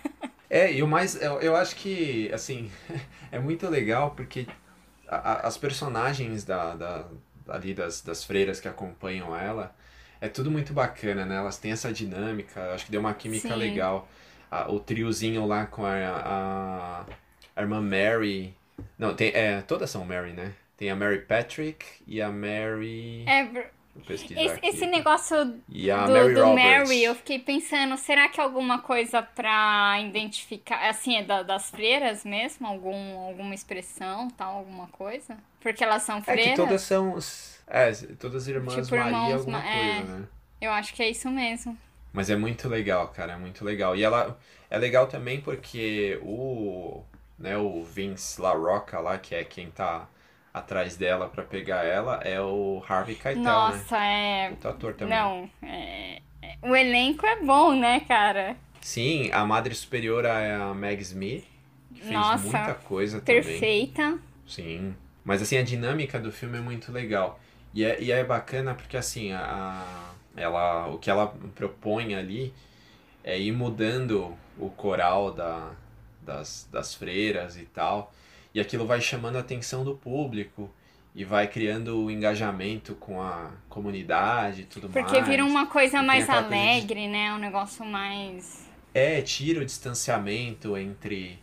É, e o mais, eu, eu acho que, assim, é muito legal porque a- a- as personagens da, da, ali das, das freiras que acompanham ela, é tudo muito bacana, né? Elas têm essa dinâmica, eu acho que deu uma química Sim. legal. A- o triozinho lá com a, a, a irmã Mary. Não, tem, é, todas são Mary, né? Tem a Mary Patrick e a Mary. É, ver- Vou pesquisar esse, aqui. esse negócio E a do, Mary do Roberts. Mary, eu fiquei pensando, será que é alguma coisa pra identificar, assim, é da- das freiras mesmo? Algum, alguma expressão, tal, alguma coisa? Porque elas são É freiras? que todas são. É, todas irmãs Tipo, Maria irmãos alguma Ma- coisa, é. né? Eu acho que é isso mesmo. Mas é muito legal, cara, é muito legal. E ela é legal também porque o, né, o Vince LaRocca lá, que é quem tá atrás dela pra pegar ela, é o Harvey Keitel, né? Nossa, é... Outro ator também. Não, é... é- o elenco é bom, né, cara? Sim, a Madre Superiora é a Meg Smith, que fez Nossa, muita coisa também. Perfeita. Sim. Mas assim, a dinâmica do filme é muito legal. E é, e é bacana porque assim, a, ela, o que ela propõe ali é ir mudando o coral da, das, das freiras e tal. E aquilo vai chamando a atenção do público e vai criando o engajamento com a comunidade e tudo mais. Porque vira uma coisa E tem mais aquela coisa de- alegre, né? Um negócio mais... É, tira o distanciamento entre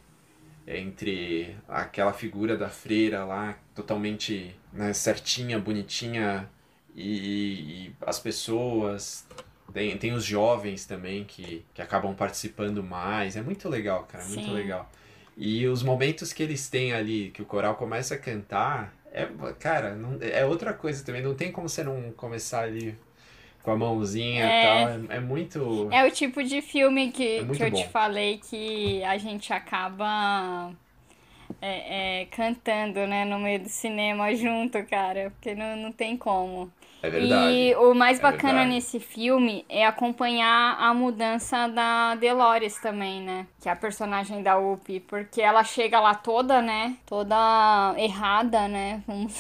entre aquela figura da freira lá, totalmente, né, certinha, bonitinha, e, e as pessoas. Tem, tem os jovens também que, que acabam participando mais. É muito legal, cara, é muito Sim. legal. E os momentos que eles têm ali, que o coral começa a cantar, é, cara, não, é outra coisa também. Não tem como você não começar ali com a mãozinha É. e tal. É, é muito. É o tipo de filme que, É muito que eu bom. te falei que a gente acaba é, é, cantando, né, no meio do cinema junto, cara, porque não, não tem como. É verdade. E o mais É bacana verdade. nesse filme é acompanhar a mudança da Dolores também, né? Que é a personagem da Whoopi, porque ela chega lá toda, né? Toda errada, né? Vamos,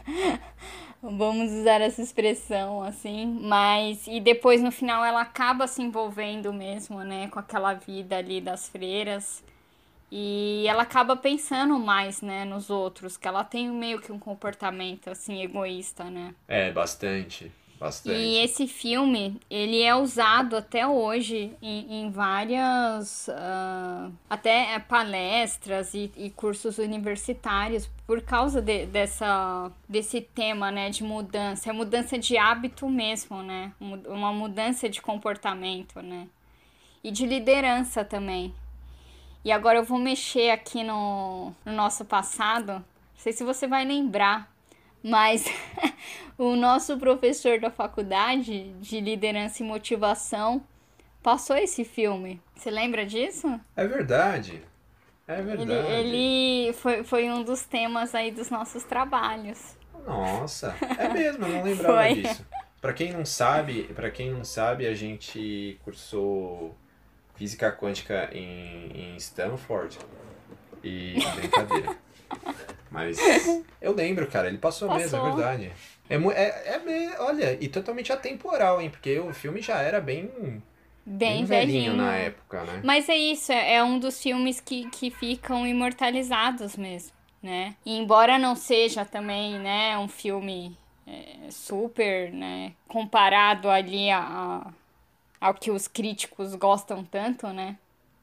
vamos usar essa expressão assim, mas e depois no final ela acaba se envolvendo mesmo, né? Com aquela vida ali das freiras. E ela acaba pensando mais, né, nos outros, que ela tem meio que um comportamento, assim, egoísta, né? É, bastante. Bastante. E esse filme, ele é usado até hoje em, em várias, ah, até é, palestras e, e cursos universitários por causa de- dessa, desse tema, né, de mudança. É mudança de hábito mesmo, né? Mu- Uma mudança de comportamento, né? E de liderança também. E agora eu vou mexer aqui no, no nosso passado. Não sei se você vai lembrar, mas o nosso professor da faculdade de liderança e motivação passou esse filme. Você lembra disso? É verdade. É Ele, verdade. ele foi, foi um dos temas aí dos nossos trabalhos. Nossa, é mesmo, eu não lembrava Foi. disso. Pra quem não sabe, para quem não sabe, a gente cursou física quântica em, em Stanford. E brincadeira. Mas eu lembro, cara, ele passou, mesmo, é Passou. verdade. É, mu- é, é bem, olha, e totalmente atemporal, hein? Porque o filme já era bem, bem Bem velhinho na velhinho. época, né? Mas é isso, é, é um dos filmes que, que ficam imortalizados mesmo, né? E embora não seja também, né, um filme é, super, né, comparado ali a, a- ao que os críticos gostam tanto, né?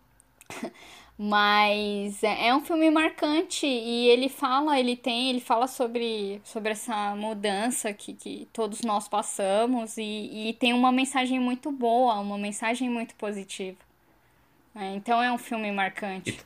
Mas é é um filme marcante e ele fala, ele tem, ele fala sobre, sobre essa mudança que, que todos nós passamos e, e tem uma mensagem muito boa, uma mensagem muito positiva. Né? Então é um filme E, marcante. t-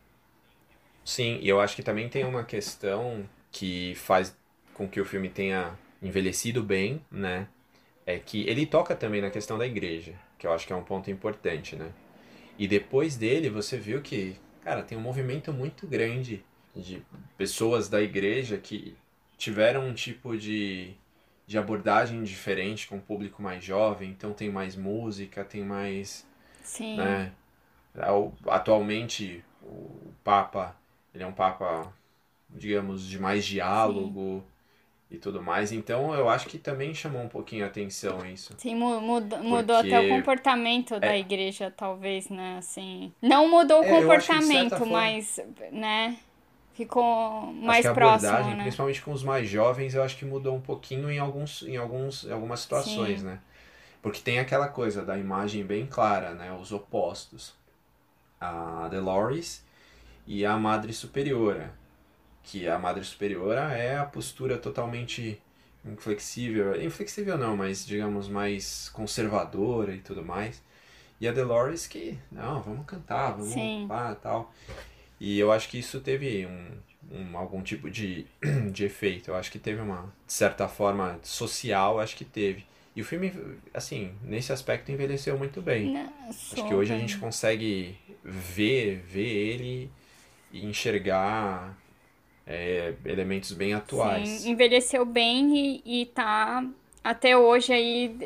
sim, e eu acho que também tem uma questão que faz com que o filme tenha envelhecido bem, né? É que ele toca também na questão da igreja, que eu acho que é um ponto importante, né? E depois dele, você viu que, cara, tem um movimento muito grande de pessoas da igreja que tiveram um tipo de, de abordagem diferente com o público mais jovem, então tem mais música, tem mais, Sim, né? Ao- Atualmente, o Papa, ele é um Papa, digamos, de mais sim. diálogo e tudo mais, então eu acho que também chamou um pouquinho a atenção isso, Sim, mu- mudou, mudou até o porque comportamento da é, igreja, talvez, né? Assim, não mudou o é, eu acho que de certa comportamento, forma. mas, né? Ficou Acho que mais a próximo, abordagem, né? principalmente com os mais jovens, eu acho que mudou um pouquinho em alguns, em alguns, em algumas situações, Sim, né? Porque tem aquela coisa da imagem bem clara, né? Os opostos. A Dolores e a Madre Superiora. Que a Madre Superiora é a postura totalmente inflexível. Inflexível não, mas digamos mais conservadora e tudo mais. E a Dolores que, não, vamos cantar, vamos sim. pá, tal. E eu acho que isso teve um, um, algum tipo de, de efeito. Eu acho que teve uma, de certa forma, social, acho que teve. E o filme, assim, nesse aspecto envelheceu muito bem. Não, Acho que hoje a super. gente consegue ver, ver ele e enxergar é, elementos bem Sim, atuais. envelheceu bem e, e tá até hoje aí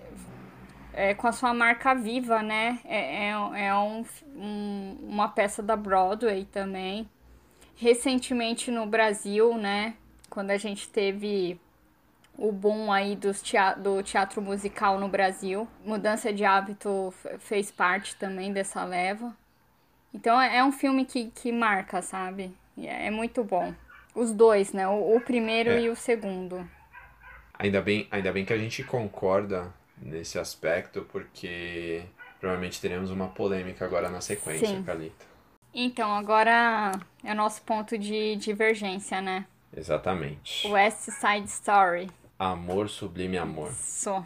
é, com a sua marca viva, né? É, é, é um, um- uma peça da Broadway também. Recentemente no Brasil, né? Quando a gente teve o boom aí dos tea- do teatro musical no Brasil. Mudança de hábito f- fez parte também dessa leva. Então é é um filme que, que marca, sabe? E é é muito bom. Os dois, né? O, o primeiro É, e o segundo. ainda bem, ainda bem que a gente concorda nesse aspecto, porque provavelmente teremos uma polêmica agora na sequência, Sim. Calita. Então, agora é o nosso ponto de divergência, né? Exatamente. West Side Story. Amor sublime amor. Isso.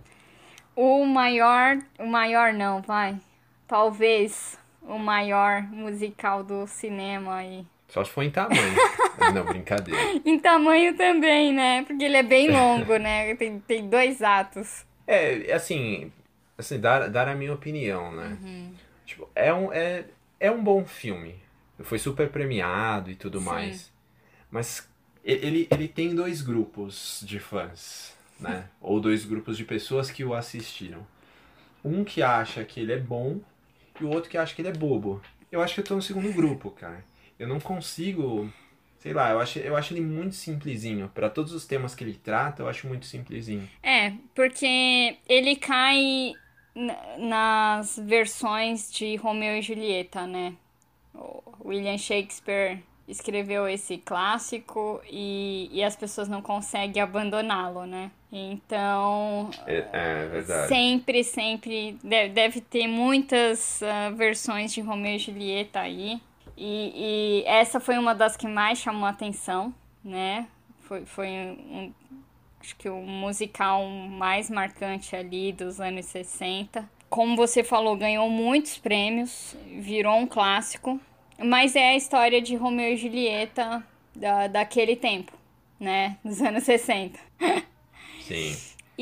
O maior. O maior não, vai. Talvez o maior musical do cinema aí. Só se for em tamanho. Não, brincadeira. Em tamanho também, né? Porque ele é bem longo, né? Tem, tem dois atos. É, assim, assim, dar, dar a minha opinião, né? Tipo, é um, é, é um bom filme. Foi super premiado e tudo Sim. mais. Mas e- ele, ele tem dois grupos de fãs, né? Ou dois grupos de pessoas que o assistiram. Um que acha que ele é bom e o outro que acha que ele é bobo. Eu acho que eu tô no segundo grupo, cara. Eu não consigo. Sei lá, eu acho, eu acho ele muito simplesinho. Pra todos os temas que ele trata, eu acho muito simplesinho. É, porque ele cai na- nas versões de Romeu e Julieta, né? O William Shakespeare escreveu esse clássico e, e as pessoas não conseguem abandoná-lo, né? Então, É, é verdade. sempre, sempre deve, deve ter muitas ah, versões de Romeu e Julieta aí. E, e essa foi uma das que mais chamou a atenção, né? Foi, foi um, acho que o musical mais marcante ali dos anos sessenta. Como você falou, ganhou muitos prêmios, virou um clássico, mas é a história de Romeu e Julieta da, daquele tempo, né? Dos anos sessenta. Sim.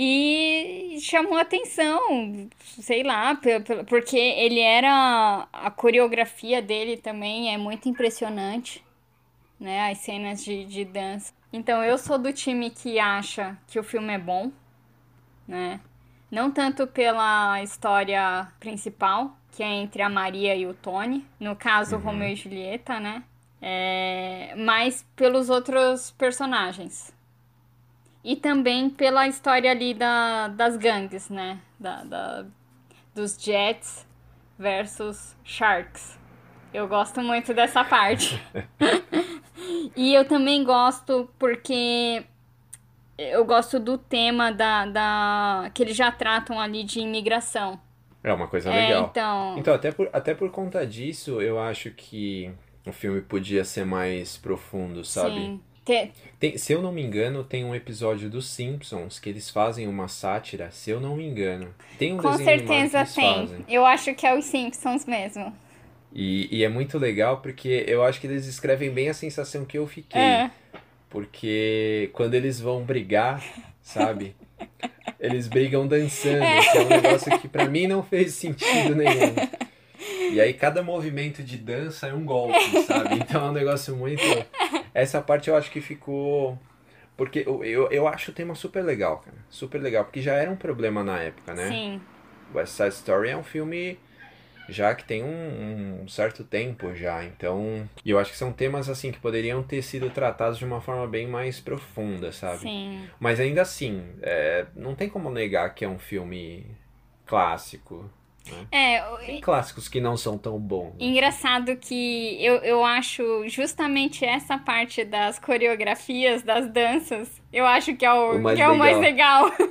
E chamou atenção, sei lá, pe- pe- porque ele era. A coreografia dele também é muito impressionante, né? As cenas de, de dança. Então eu sou do time que acha que o filme é bom, né? Não tanto pela história principal, que é entre a Maria e o Tony, no caso Romeu Uhum. e Julieta, né? É, mas pelos outros personagens. E também pela história ali da, das gangues, né? Da, da, dos Jets versus Sharks. Eu gosto muito dessa parte. E eu também gosto porque eu gosto do tema da, da que eles já tratam ali de imigração. É uma coisa É, legal. então, Então, até por, até por conta disso, eu acho que o filme podia ser mais profundo, sabe? sim. Te- Tem- se eu não me engano, tem um episódio dos Simpsons que eles fazem uma sátira, se eu não me engano. Tem um com desenho animado que certeza eles tem. fazem. Eu acho que é os Simpsons mesmo. E, e é muito legal porque eu acho que eles descrevem bem a sensação que eu fiquei. É, Porque quando eles vão brigar, sabe? Eles brigam dançando, que é um negócio que pra mim não fez sentido nenhum. E aí cada movimento de dança é um golpe, sabe? Então é um negócio muito. Essa parte eu acho que ficou. Porque eu, eu, eu acho o tema super legal, cara. Super legal. Porque já era um problema na época, né? sim, West Side Story é um filme já que tem um, um certo tempo já. Então. E eu acho que são temas assim que poderiam ter sido tratados de uma forma bem mais profunda, sabe? sim. Mas ainda assim, é, não tem como negar que é um filme clássico, né? É, Tem clássicos que não são tão bons. engraçado que eu, eu acho justamente essa parte das coreografias, das danças, eu acho que é O o, mais que é o mais legal. legal.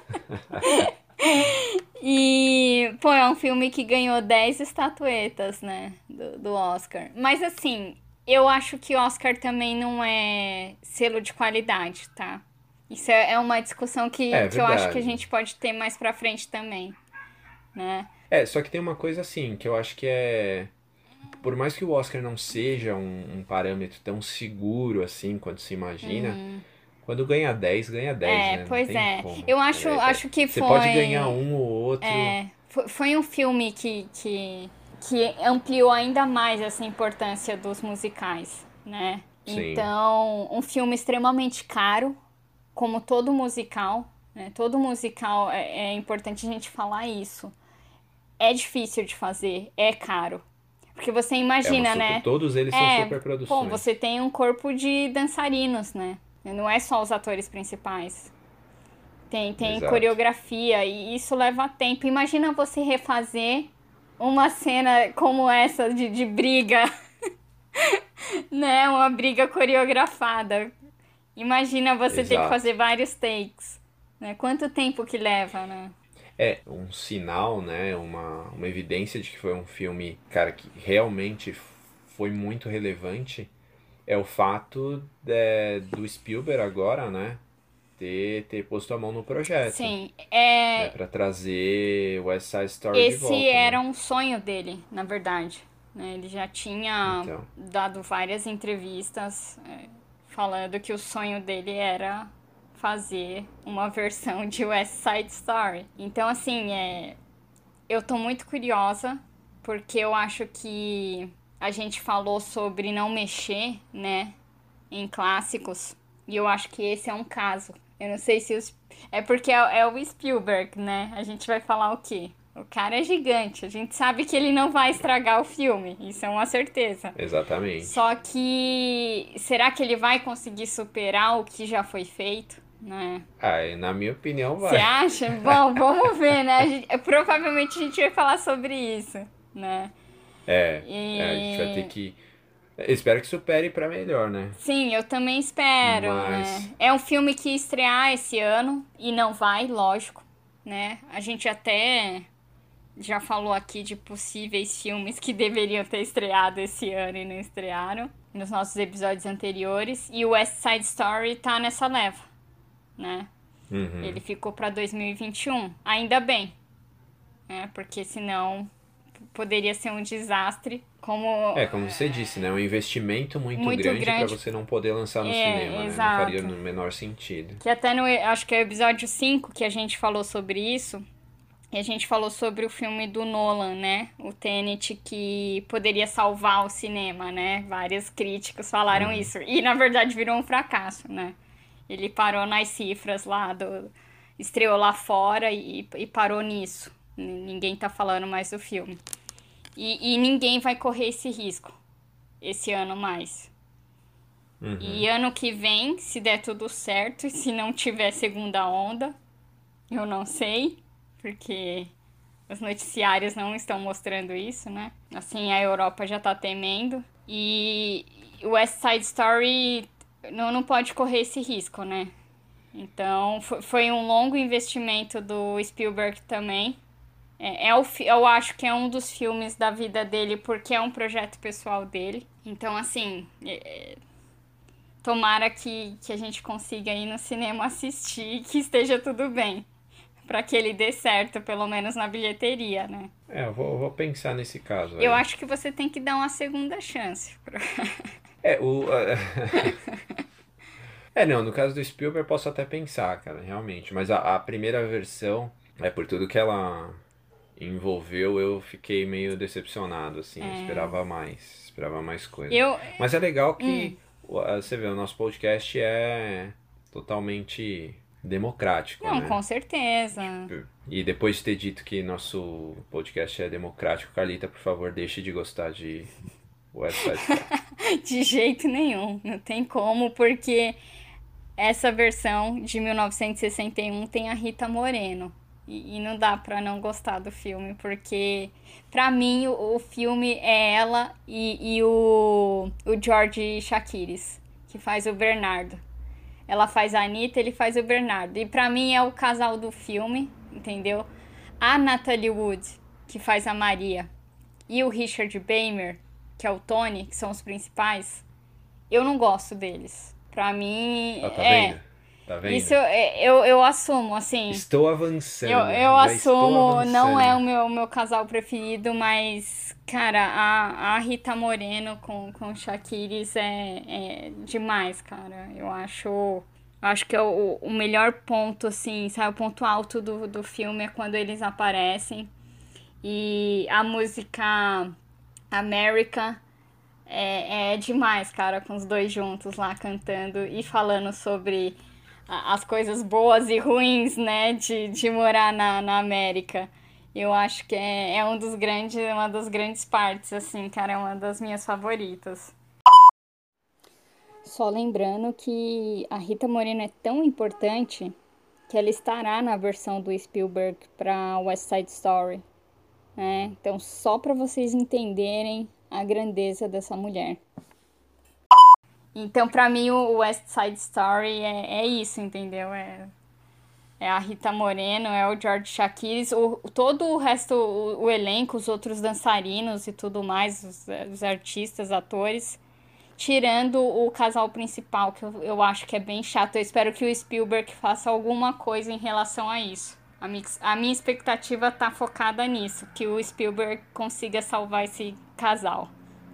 E, pô, é um filme que ganhou dez estatuetas, né, do, do Oscar. Mas assim, eu acho que Oscar também não é selo de qualidade, tá? Isso é, é uma discussão que, É que eu acho que a verdade. gente pode ter mais pra frente também, né? É, só que tem uma coisa assim, que eu acho que é. Por mais que o Oscar não seja um, um parâmetro tão seguro assim quanto se imagina, quando ganha dez ganha dez, É, né? Não pois tem é. como. Eu acho, É, é, acho que você pode ganhar foi. um ou outro. É, fo- foi um filme que, que, que ampliou ainda mais essa importância dos musicais, né? Sim, Então, um filme extremamente caro, como todo musical, né? Todo musical é, é importante a gente falar isso. É difícil de fazer, é caro. Porque você é uma imagina, super. né? Todos eles são É, super pô, produções. você tem um corpo de dançarinos, né? Não é só os atores principais. Tem, tem Exato. coreografia e isso leva tempo. Imagina você refazer uma cena como essa de, de briga, né? Uma briga coreografada. Imagina você ter que Exato. fazer vários takes, né? Quanto tempo que leva, né? É um sinal, né? Uma, uma evidência de que foi um filme, cara, que realmente foi muito relevante. É o fato de- do Spielberg agora, né? Ter, ter posto a mão no projeto, Sim, né? é, Pra trazer West Side Story de esse volta, né? era um sonho dele, na verdade, né? Ele já tinha Então, dado várias entrevistas, é, falando que o sonho dele era fazer uma versão de West Side Story. Então, assim, é, eu tô muito curiosa, porque eu acho que a gente falou sobre não mexer, né, em clássicos, e eu acho que esse é um caso. Eu não sei se os... É porque é, é o Spielberg, né? A gente vai falar o quê? O cara é gigante, a gente sabe que ele não vai estragar o filme, isso é uma certeza. exatamente. Só que será que ele vai conseguir superar o que já foi feito, né? Ah, e na minha opinião Você vai. acha? Bom, vamos ver, né? A gente- provavelmente a gente vai falar sobre isso, né? É, é, a gente vai ter E que. Eu espero que supere pra melhor, né? sim, eu também espero, Mas. né? É um filme que ia estrear esse ano e não vai, lógico, né? A gente até já falou aqui de possíveis filmes que deveriam ter estreado esse ano e não estrearam nos nossos episódios anteriores. E o West Side Story tá nessa leva, né? Ele Uhum. ficou pra dois mil e vinte e um. Ainda bem, né? Porque senão poderia ser um desastre, como É, como você disse, né? Um investimento muito muito grande pra grande. você não poder lançar no É, cinema, né? Não faria exato. no menor sentido. Que até no, acho que é o episódio cinco que a gente falou sobre isso. E a gente falou sobre o filme do Nolan, né? O Tenet, que poderia salvar o cinema, né? Vários críticos falaram Uhum. isso. E na verdade virou um fracasso, né? Ele parou nas cifras lá do. Estreou lá fora e, e parou nisso. Ninguém tá falando mais do filme. E, e ninguém vai correr esse risco esse ano mais. Uhum. E ano que vem, se der tudo certo, e se não tiver segunda onda, eu não sei, porque os noticiários não estão mostrando isso, né? Assim, a Europa já tá temendo. E o West Side Story não, não pode correr esse risco, né? Então, fo- foi um longo investimento do Spielberg também. É, é o, fi- eu acho que é um dos filmes da vida dele, porque é um projeto pessoal dele. Então, assim, é, tomara que, que a gente consiga ir no cinema assistir e que esteja tudo bem. Pra que ele dê certo, pelo menos na bilheteria, né? É, eu vou, eu vou pensar nesse caso Eu aí. acho que você tem que dar uma segunda chance. pra- É, o. É, não, no caso do Spielberg eu posso até pensar, cara, realmente. Mas a, a primeira versão, é por tudo que ela envolveu, eu fiquei meio decepcionado, assim. Eu esperava mais, esperava mais coisa. Eu. Mas é legal Hum, que, o- a- você vê, o nosso podcast é totalmente democrático, não, né? com certeza. E depois de ter dito que nosso podcast é democrático, Carlita, por favor, deixe de gostar de West Side Story. De jeito nenhum. Não tem como, porque essa versão de mil novecentos e sessenta e um tem a Rita Moreno. E, e não dá pra não gostar do filme, porque pra mim o, o filme é ela e, e o, o George Chakiris, que faz o Bernardo. Ela faz a Anitta, ele faz o Bernardo. E pra mim é o casal do filme, entendeu? A Natalie Wood, que faz a Maria, e o Richard Beymer, que é o Tony, que são os principais, eu não gosto deles. Pra mim, Ó, tá é. vendo? Tá vendo? Isso é- eu, eu assumo, assim. Estou avançando. Eu, eu já estou assumo, não é o avançando. meu, meu casal preferido, mas, cara, a, a Rita Moreno com, com o Shakiris é, é demais, cara. Eu acho. Acho que é o, o melhor ponto, assim, sabe? O ponto alto do, do filme é quando eles aparecem. E a música America é, é demais, cara, com os dois juntos lá cantando e falando sobre a- as coisas boas e ruins, né, de, de morar na, na América. Eu acho que é, é um dos grandes, uma das grandes partes, assim, cara, é uma das minhas favoritas. Só lembrando que a Rita Moreno é tão importante que ela estará na versão do Spielberg para West Side Story, né? Então, só para vocês entenderem a grandeza dessa mulher. Então, pra mim, o West Side Story é, é isso, entendeu? É, é a Rita Moreno, é o George Chakiris, o, todo o resto, o, o elenco, os outros dançarinos e tudo mais, os, os artistas, atores, tirando o casal principal, que eu, eu acho que é bem chato. Eu espero que o Spielberg faça alguma coisa em relação a isso. A minha, a minha expectativa tá focada nisso, que o Spielberg consiga salvar esse casal.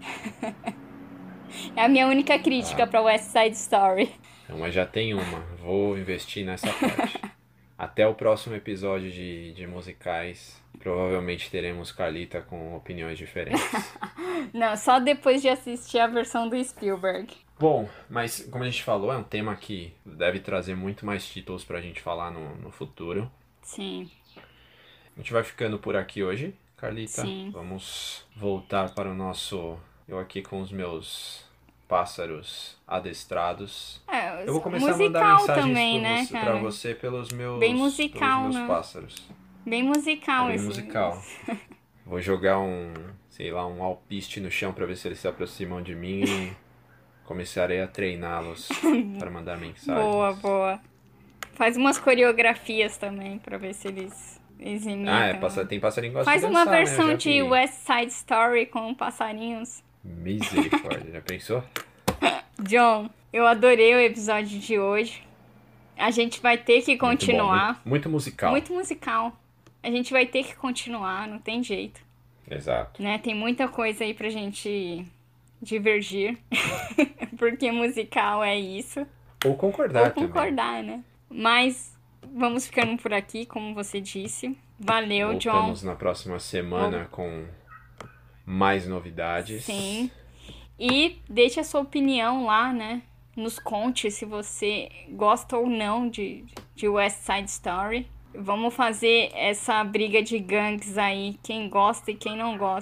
É a minha única crítica Tá. pra West Side Story. Então, mas já tem uma. Vou investir nessa parte. Até o próximo episódio de, de musicais. Provavelmente teremos Carlita com opiniões diferentes. Não, só depois de assistir a versão do Spielberg. Bom, mas como a gente falou, é um tema que deve trazer muito mais títulos pra gente falar no, no futuro. Sim, A gente vai ficando por aqui hoje, Carlita. sim. Vamos voltar para o nosso. Eu aqui com os meus pássaros adestrados. É, Eu vou começar a mandar musical mensagens também, pra né, você, pra cara? você pelos meus, Bem musical, pelos meus né? pássaros. Bem musical É bem esse. musical. Vou jogar um, sei lá, um alpiste no chão pra ver se eles se aproximam de mim e começarei a treiná-los para mandar mensagens. Boa, boa. Faz umas coreografias também pra ver se eles, eles imitam. Ah, é, passa, tem passarinho que gosta Faz de uma dançar, né? Eu versão já de vi. West Side Story com passarinhos. Misericórdia, já pensou? John, eu adorei o episódio de hoje. A gente vai ter que Muito bom, continuar. muito, muito musical. Muito musical. A gente vai ter que continuar, não tem jeito, Exato. né? Tem muita coisa aí pra gente divergir. Porque musical é isso. Ou concordar Ou também. concordar, né? Mas vamos ficando por aqui, como você disse. Valeu, John. Voltamos na próxima semana com mais novidades. Sim. E deixe a sua opinião lá, né? Nos conte se você gosta ou não de, de West Side Story. Vamos fazer essa briga de gangues aí, quem gosta e quem não gosta.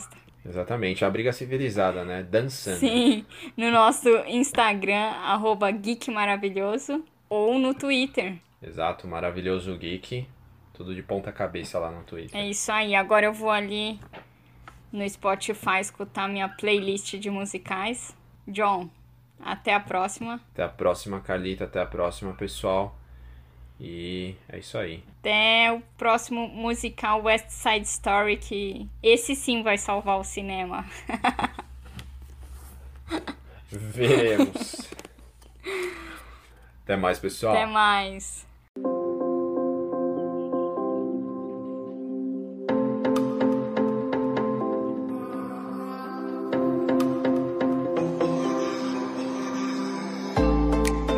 Exatamente, a briga civilizada, né? Dançando. Sim, no nosso Instagram, arroba Geek Maravilhoso, ou no Twitter. Exato, maravilhoso geek. Tudo de ponta cabeça lá no Twitter. É isso aí. Agora eu vou ali no Spotify escutar minha playlist de musicais. John, até a próxima. Até a próxima, Carlita. Até a próxima, pessoal. E é isso aí. Até o próximo musical West Side Story, que esse sim vai salvar o cinema. Veremos. Até mais, pessoal. Até mais.